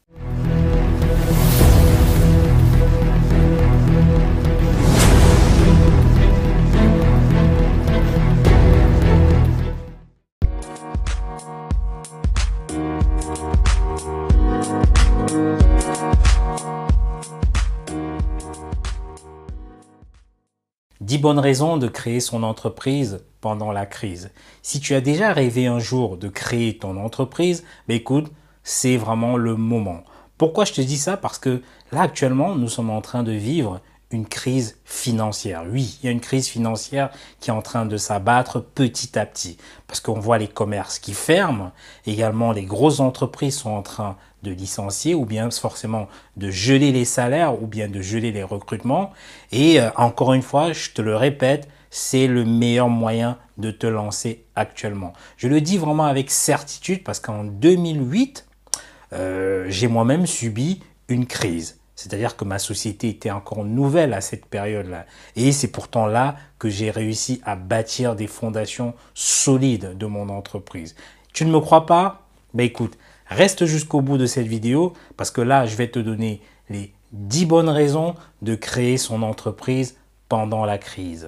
dix bonnes raisons de créer son entreprise pendant la crise. Si tu as déjà rêvé un jour de créer ton entreprise, bah écoute, c'est vraiment le moment. Pourquoi je te dis ça? Parce que là, actuellement, nous sommes en train de vivre une crise financière. Oui, il y a une crise financière qui est en train de s'abattre petit à petit. Parce qu'on voit les commerces qui ferment. Également, les grosses entreprises sont en train de licencier ou bien forcément de geler les salaires ou bien de geler les recrutements. Et euh, encore une fois, je te le répète, c'est le meilleur moyen de te lancer actuellement. Je le dis vraiment avec certitude parce qu'en deux mille huit, euh, j'ai moi-même subi une crise. C'est-à-dire que ma société était encore nouvelle à cette période-là. Et c'est pourtant là que j'ai réussi à bâtir des fondations solides de mon entreprise. Tu ne me crois pas? Ben écoute, reste jusqu'au bout de cette vidéo parce que là, je vais te donner les dix bonnes raisons de créer son entreprise pendant la crise.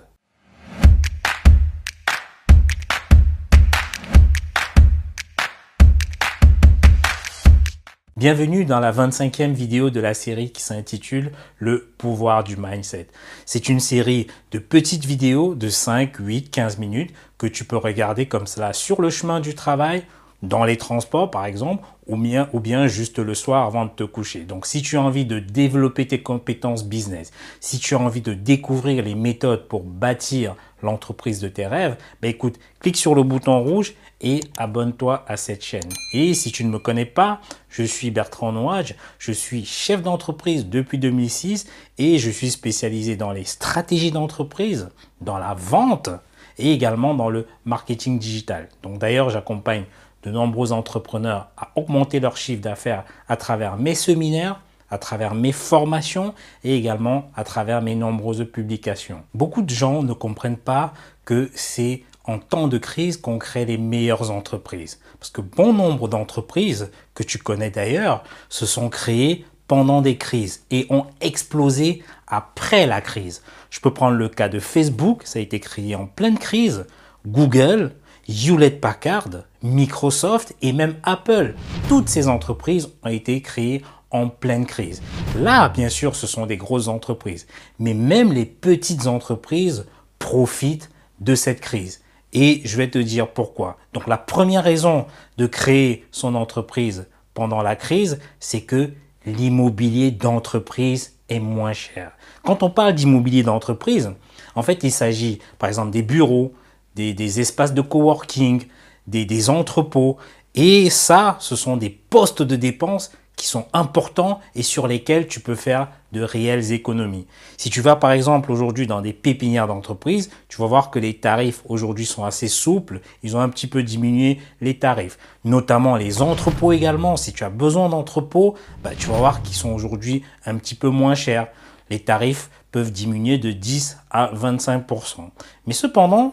Bienvenue dans la vingt-cinquième vidéo de la série qui s'intitule « Le pouvoir du mindset ». C'est une série de petites vidéos de cinq, huit, quinze minutes que tu peux regarder comme cela sur le chemin du travail, dans les transports par exemple, ou bien, ou bien juste le soir avant de te coucher. Donc si tu as envie de développer tes compétences business, si tu as envie de découvrir les méthodes pour bâtir l'entreprise de tes rêves, ben écoute, clique sur le bouton rouge et abonne-toi à cette chaîne. Et si tu ne me connais pas, je suis Bertrand Nouage, je suis chef d'entreprise depuis deux mille six et je suis spécialisé dans les stratégies d'entreprise, dans la vente et également dans le marketing digital. Donc d'ailleurs, j'accompagne de nombreux entrepreneurs à augmenter leur chiffre d'affaires à travers mes séminaires, à travers mes formations et également à travers mes nombreuses publications. Beaucoup de gens ne comprennent pas que c'est en temps de crise qu'on crée les meilleures entreprises. Parce que bon nombre d'entreprises, que tu connais d'ailleurs, se sont créées pendant des crises et ont explosé après la crise. Je peux prendre le cas de Facebook, ça a été créé en pleine crise, Google, Hewlett-Packard, Microsoft et même Apple. Toutes ces entreprises ont été créées en pleine crise. Là, bien sûr, ce sont des grosses entreprises, mais même les petites entreprises profitent de cette crise. Et je vais te dire pourquoi. Donc, la première raison de créer son entreprise pendant la crise, c'est que l'immobilier d'entreprise est moins cher. Quand on parle d'immobilier d'entreprise, en fait, il s'agit par exemple des bureaux, des, des espaces de coworking, des, des entrepôts. Et ça, ce sont des postes de dépenses qui sont importants et sur lesquels tu peux faire de réelles économies. Si tu vas par exemple aujourd'hui dans des pépinières d'entreprise, tu vas voir que les tarifs aujourd'hui sont assez souples. Ils ont un petit peu diminué les tarifs, notamment les entrepôts également. Si tu as besoin d'entrepôts, bah, tu vas voir qu'ils sont aujourd'hui un petit peu moins chers. les tarifs peuvent diminuer de dix à vingt-cinq pour cent. Mais cependant,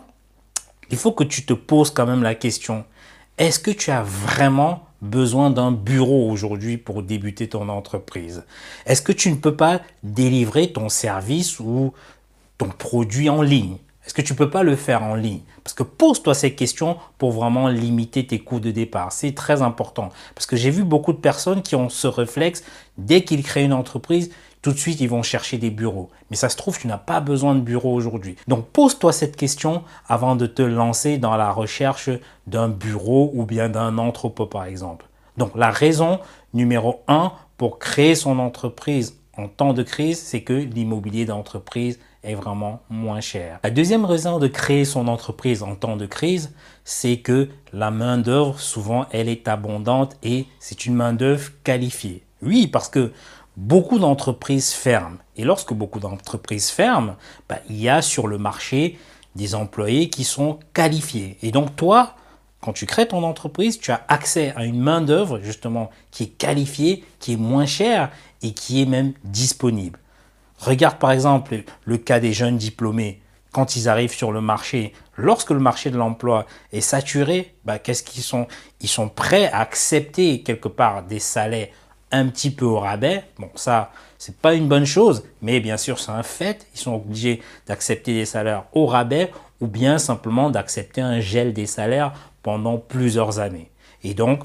il faut que tu te poses quand même la question, est-ce que tu as vraiment besoin d'un bureau aujourd'hui pour débuter ton entreprise? Est-ce que tu ne peux pas délivrer ton service ou ton produit en ligne? Est-ce que tu ne peux pas le faire en ligne? Parce que pose-toi ces questions pour vraiment limiter tes coûts de départ. C'est très important. Parce que j'ai vu beaucoup de personnes qui ont ce réflexe, dès qu'ils créent une entreprise, tout de suite, ils vont chercher des bureaux. Mais ça se trouve, tu n'as pas besoin de bureau aujourd'hui. Donc, pose-toi cette question avant de te lancer dans la recherche d'un bureau ou bien d'un entrepôt, par exemple. Donc, la raison numéro un pour créer son entreprise en temps de crise, c'est que l'immobilier d'entreprise est vraiment moins cher. La deuxième raison de créer son entreprise en temps de crise, c'est que la main-d'œuvre, souvent, elle est abondante et c'est une main-d'œuvre qualifiée. Oui, parce que beaucoup d'entreprises ferment. Et lorsque beaucoup d'entreprises ferment, bah, il y a sur le marché des employés qui sont qualifiés. Et donc, toi, quand tu crées ton entreprise, tu as accès à une main-d'œuvre, justement, qui est qualifiée, qui est moins chère et qui est même disponible. Regarde par exemple le cas des jeunes diplômés. Quand ils arrivent sur le marché, lorsque le marché de l'emploi est saturé, bah, qu'est-ce qu'ils sont? Ils sont prêts à accepter quelque part des salaires un petit peu au rabais. Bon, ça, c'est pas une bonne chose, mais bien sûr, c'est un fait. Ils sont obligés d'accepter des salaires au rabais ou bien simplement d'accepter un gel des salaires pendant plusieurs années. Et donc,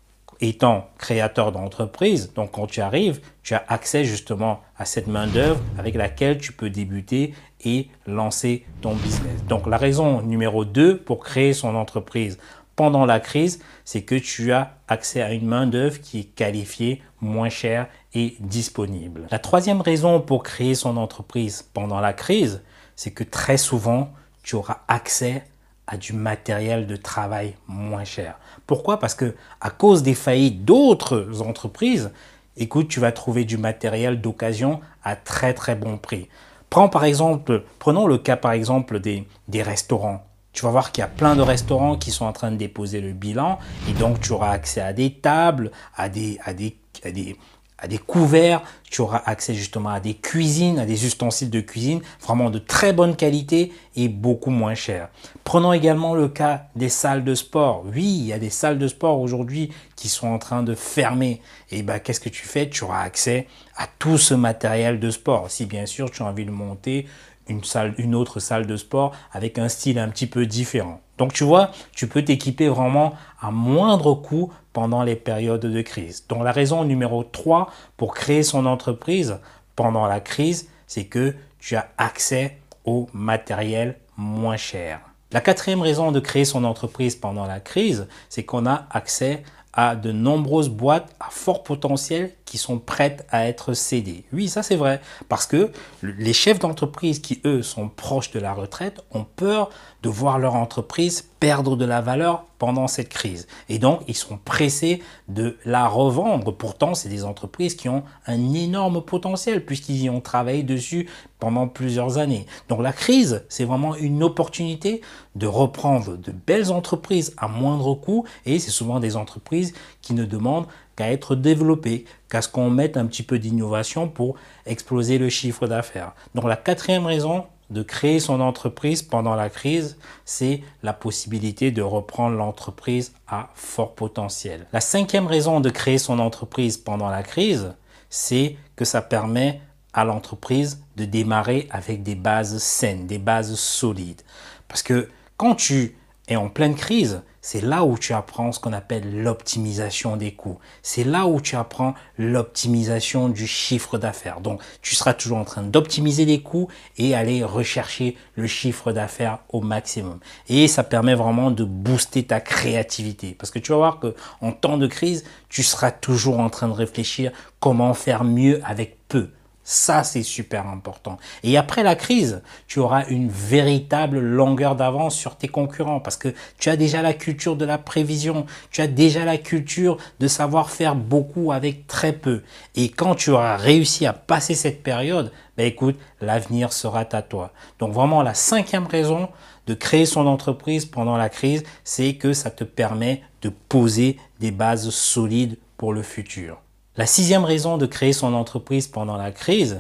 étant créateur d'entreprise, donc quand tu arrives, tu as accès justement à cette main-d'œuvre avec laquelle tu peux débuter et lancer ton business. Donc la raison numéro deux pour créer son entreprise pendant la crise, c'est que tu as accès à une main-d'œuvre qui est qualifiée, moins chère et disponible. La troisième raison pour créer son entreprise pendant la crise, c'est que très souvent, tu auras accès à du matériel de travail moins cher. Pourquoi? Parce que à cause des faillites d'autres entreprises, écoute, tu vas trouver du matériel d'occasion à très très bon prix. Prends par exemple, prenons le cas par exemple des, des restaurants. Tu vas voir qu'il y a plein de restaurants qui sont en train de déposer le bilan et donc tu auras accès à des tables, à des, à des, à des, à des couverts, tu auras accès justement à des cuisines, à des ustensiles de cuisine vraiment de très bonne qualité et beaucoup moins cher. Prenons également le cas des salles de sport. Oui, il y a des salles de sport aujourd'hui qui sont en train de fermer. Et ben, qu'est-ce que tu fais? Tu auras accès à tout ce matériel de sport. Si bien sûr tu as envie de monter une salle, une autre salle de sport avec un style un petit peu différent. Donc tu vois, tu peux t'équiper vraiment à moindre coût pendant les périodes de crise. Donc la raison numéro trois pour créer son entreprise pendant la crise, c'est que tu as accès au matériel moins cher. La quatrième raison de créer son entreprise pendant la crise, c'est qu'on a accès à de nombreuses boîtes à fort potentiel qui sont prêtes à être cédées. Oui, ça c'est vrai, parce que les chefs d'entreprise qui, eux, sont proches de la retraite ont peur de voir leur entreprise perdre de la valeur pendant cette crise. Et donc, ils sont pressés de la revendre. Pourtant, c'est des entreprises qui ont un énorme potentiel puisqu'ils y ont travaillé dessus pendant plusieurs années. Donc, la crise, c'est vraiment une opportunité de reprendre de belles entreprises à moindre coût et c'est souvent des entreprises qui ne demandent qu'à être développées, qu'à ce qu'on mette un petit peu d'innovation pour exploser le chiffre d'affaires. Donc, la quatrième raison de créer son entreprise pendant la crise, c'est la possibilité de reprendre l'entreprise à fort potentiel. La cinquième raison de créer son entreprise pendant la crise, c'est que ça permet à l'entreprise de démarrer avec des bases saines, des bases solides. Parce que quand tu es en pleine crise, c'est là où tu apprends ce qu'on appelle l'optimisation des coûts. C'est là où tu apprends l'optimisation du chiffre d'affaires. Donc, tu seras toujours en train d'optimiser les coûts et aller rechercher le chiffre d'affaires au maximum. Et ça permet vraiment de booster ta créativité. Parce que tu vas voir qu'en temps de crise, tu seras toujours en train de réfléchir comment faire mieux avec peu. Ça, c'est super important. Et après la crise, tu auras une véritable longueur d'avance sur tes concurrents parce que tu as déjà la culture de la prévision, tu as déjà la culture de savoir faire beaucoup avec très peu. Et quand tu auras réussi à passer cette période, ben écoute, l'avenir sera à toi. Donc vraiment, la cinquième raison de créer son entreprise pendant la crise, c'est que ça te permet de poser des bases solides pour le futur. La sixième raison de créer son entreprise pendant la crise,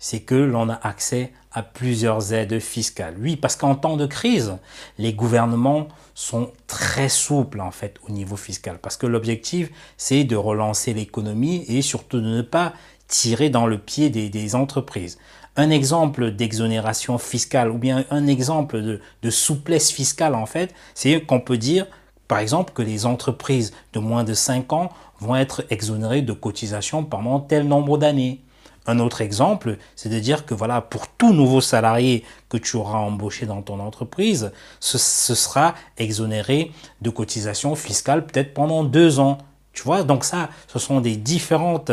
c'est que l'on a accès à plusieurs aides fiscales. Oui, parce qu'en temps de crise, les gouvernements sont très souples en fait au niveau fiscal, parce que l'objectif, c'est de relancer l'économie et surtout de ne pas tirer dans le pied des, des entreprises. Un exemple d'exonération fiscale ou bien un exemple de, de souplesse fiscale en fait, c'est qu'on peut dire par exemple que les entreprises de moins de cinq ans vont être exonérées de cotisations pendant tel nombre d'années. Un autre exemple, c'est de dire que voilà, pour tout nouveau salarié que tu auras embauché dans ton entreprise, ce, ce sera exonéré de cotisations fiscales peut-être pendant deux ans. Tu vois, donc ça, ce sont des différentes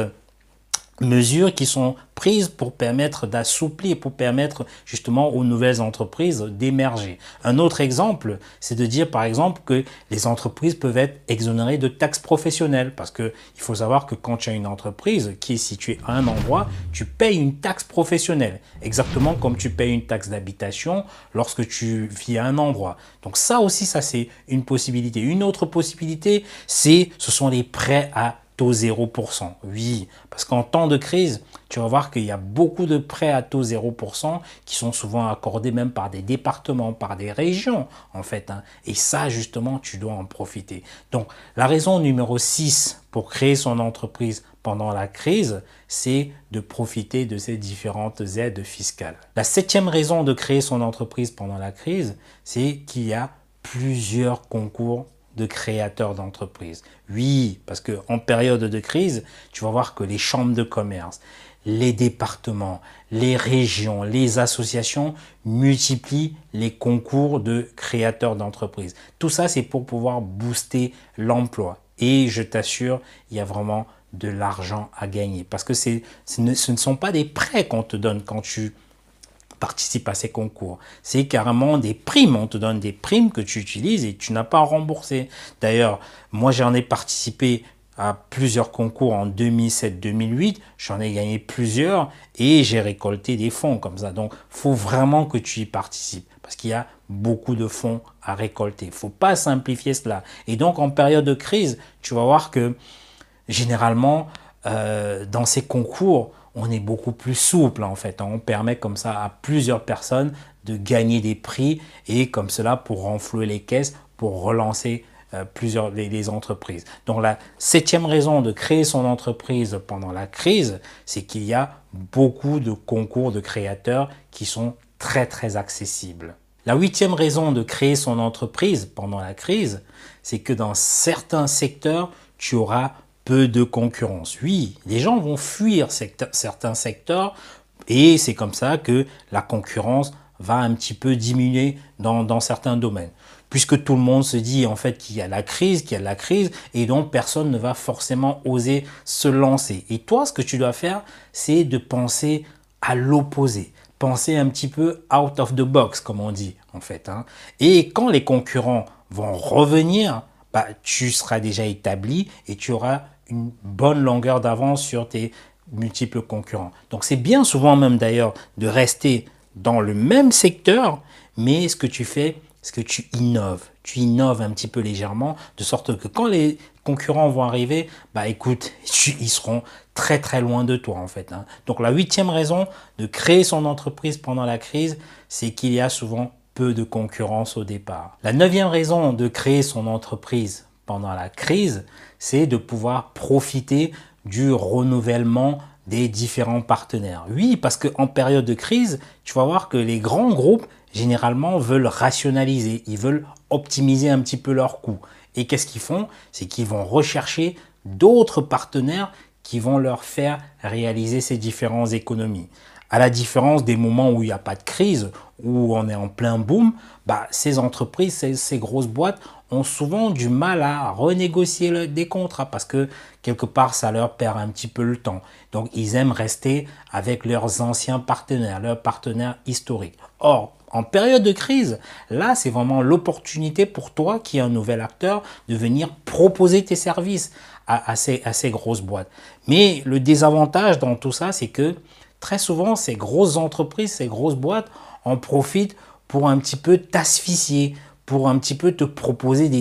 mesures qui sont prises pour permettre d'assouplir, pour permettre justement aux nouvelles entreprises d'émerger. Un autre exemple, c'est de dire par exemple que les entreprises peuvent être exonérées de taxes professionnelles, parce que il faut savoir que quand tu as une entreprise qui est située à un endroit, tu payes une taxe professionnelle, exactement comme tu payes une taxe d'habitation lorsque tu vis à un endroit. Donc ça aussi, ça c'est une possibilité. Une autre possibilité, c'est ce sont les prêts à taux zéro pour cent. Oui, parce qu'en temps de crise, tu vas voir qu'il y a beaucoup de prêts à taux zéro pour cent qui sont souvent accordés même par des départements, par des régions en fait. Hein. Et ça, justement, tu dois en profiter. Donc, la raison numéro six pour créer son entreprise pendant la crise, c'est de profiter de ces différentes aides fiscales. La septième raison de créer son entreprise pendant la crise, c'est qu'il y a plusieurs concours de créateurs d'entreprises. Oui, parce qu'en période de crise, tu vas voir que les chambres de commerce, les départements, les régions, les associations multiplient les concours de créateurs d'entreprises. Tout ça, c'est pour pouvoir booster l'emploi. Et je t'assure, il y a vraiment de l'argent à gagner. Parce que c'est, ce ne, ce ne sont pas des prêts qu'on te donne quand tu participe à ces concours. C'est carrément des primes. On te donne des primes que tu utilises et tu n'as pas à rembourser. D'ailleurs, moi j'en ai participé à plusieurs concours en deux mille sept deux mille huit. J'en ai gagné plusieurs et j'ai récolté des fonds comme ça. Donc, il faut vraiment que tu y participes parce qu'il y a beaucoup de fonds à récolter. Il ne faut pas simplifier cela. Et donc, en période de crise, tu vas voir que généralement, euh, dans ces concours, on est beaucoup plus souple en fait. On permet comme ça à plusieurs personnes de gagner des prix et comme cela pour renflouer les caisses, pour relancer euh, plusieurs les, les entreprises. Donc la septième raison de créer son entreprise pendant la crise, c'est qu'il y a beaucoup de concours de créateurs qui sont très très accessibles. La huitième raison de créer son entreprise pendant la crise, c'est que dans certains secteurs, tu auras peu de concurrence. Oui, les gens vont fuir secteur, certains secteurs et c'est comme ça que la concurrence va un petit peu diminuer dans, dans certains domaines. Puisque tout le monde se dit en fait qu'il y a la crise, qu'il y a la crise et donc personne ne va forcément oser se lancer. Et toi, ce que tu dois faire, c'est de penser à l'opposé. Penser un petit peu out of the box, comme on dit en fait. Hein. Et quand les concurrents vont revenir, bah, tu seras déjà établi et tu auras une bonne longueur d'avance sur tes multiples concurrents. Donc c'est bien souvent même d'ailleurs de rester dans le même secteur, mais ce que tu fais, c'est que tu innoves. Tu innoves un petit peu légèrement, de sorte que quand les concurrents vont arriver, bah écoute, tu, ils seront très très loin de toi en fait. Hein. Donc la huitième raison de créer son entreprise pendant la crise, c'est qu'il y a souvent peu de concurrence au départ. La neuvième raison de créer son entreprise pendant la crise, c'est de pouvoir profiter du renouvellement des différents partenaires. Oui, parce qu'en période de crise, tu vas voir que les grands groupes, généralement, veulent rationaliser, ils veulent optimiser un petit peu leurs coûts. Et qu'est-ce qu'ils font? C'est qu'ils vont rechercher d'autres partenaires qui vont leur faire réaliser ces différentes économies. À la différence des moments où il n'y a pas de crise, où on est en plein boom, bah, ces entreprises, ces, ces grosses boîtes ont souvent du mal à renégocier le, des contrats parce que quelque part, ça leur perd un petit peu le temps. Donc, ils aiment rester avec leurs anciens partenaires, leurs partenaires historiques. Or, en période de crise, là, c'est vraiment l'opportunité pour toi, qui est un nouvel acteur, de venir proposer tes services à, à, ces, à ces grosses boîtes. Mais le désavantage dans tout ça, c'est que très souvent, ces grosses entreprises, ces grosses boîtes en profitent pour un petit peu t'asphyxier, pour un petit peu te proposer des,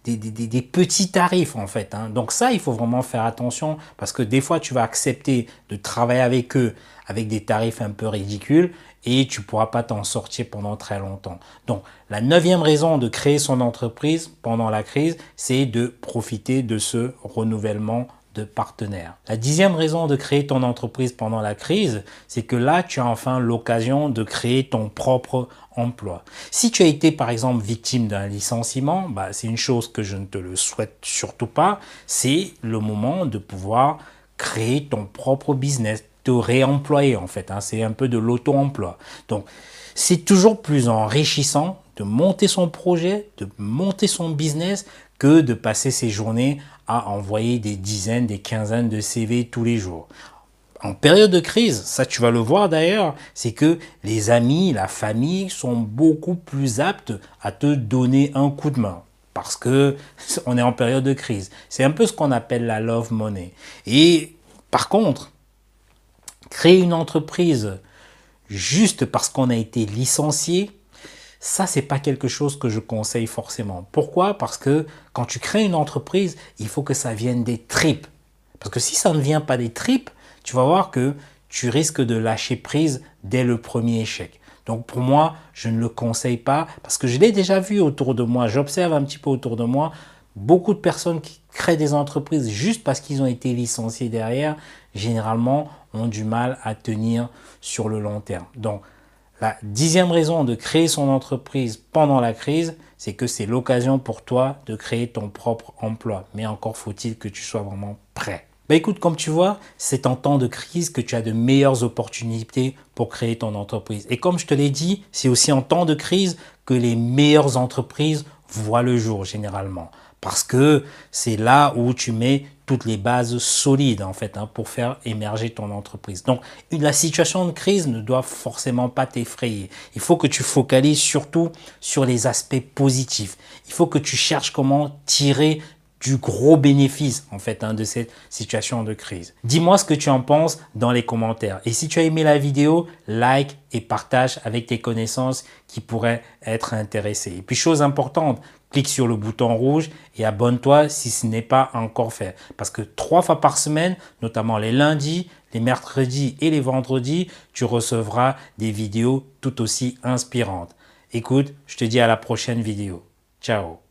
des, des, des, des petits tarifs en fait. Hein. Donc ça, il faut vraiment faire attention parce que des fois, tu vas accepter de travailler avec eux avec des tarifs un peu ridicules et tu ne pourras pas t'en sortir pendant très longtemps. Donc, la neuvième raison de créer son entreprise pendant la crise, c'est de profiter de ce renouvellement de partenaires. La dixième raison de créer ton entreprise pendant la crise, c'est que là, tu as enfin l'occasion de créer ton propre emploi. Si tu as été par exemple victime d'un licenciement, bah, c'est une chose que je ne te le souhaite surtout pas, c'est le moment de pouvoir créer ton propre business, te réemployer en fait, hein, c'est un peu de l'auto-emploi. Donc, c'est toujours plus enrichissant de monter son projet, de monter son business que de passer ses journées à envoyer des dizaines, des quinzaines de C V tous les jours. En période de crise, ça tu vas le voir d'ailleurs, c'est que les amis, la famille sont beaucoup plus aptes à te donner un coup de main parce que on est en période de crise. C'est un peu ce qu'on appelle la love money. Et par contre, créer une entreprise juste parce qu'on a été licencié, ça, c'est pas quelque chose que je conseille forcément. Pourquoi? Parce que quand tu crées une entreprise, il faut que ça vienne des tripes. Parce que si ça ne vient pas des tripes, tu vas voir que tu risques de lâcher prise dès le premier échec. Donc pour moi, je ne le conseille pas parce que je l'ai déjà vu autour de moi. J'observe un petit peu autour de moi beaucoup de personnes qui créent des entreprises juste parce qu'ils ont été licenciés derrière, généralement ont du mal à tenir sur le long terme. Donc, la dixième raison de créer son entreprise pendant la crise, c'est que c'est l'occasion pour toi de créer ton propre emploi. Mais encore faut-il que tu sois vraiment prêt. Bah écoute, comme tu vois, c'est en temps de crise que tu as de meilleures opportunités pour créer ton entreprise. Et comme je te l'ai dit, c'est aussi en temps de crise que les meilleures entreprises voient le jour généralement. Parce que c'est là où tu mets toutes les bases solides en fait hein, pour faire émerger ton entreprise. Donc la situation de crise ne doit forcément pas t'effrayer. Il faut que tu focalises surtout sur les aspects positifs. Il faut que tu cherches comment tirer du gros bénéfice en fait hein, de cette situation de crise. Dis-moi ce que tu en penses dans les commentaires. Et si tu as aimé la vidéo, like et partage avec tes connaissances qui pourraient être intéressées. Et puis chose importante, clique sur le bouton rouge et abonne-toi si ce n'est pas encore fait. Parce que trois fois par semaine, notamment les lundis, les mercredis et les vendredis, tu recevras des vidéos tout aussi inspirantes. Écoute, je te dis à la prochaine vidéo. Ciao!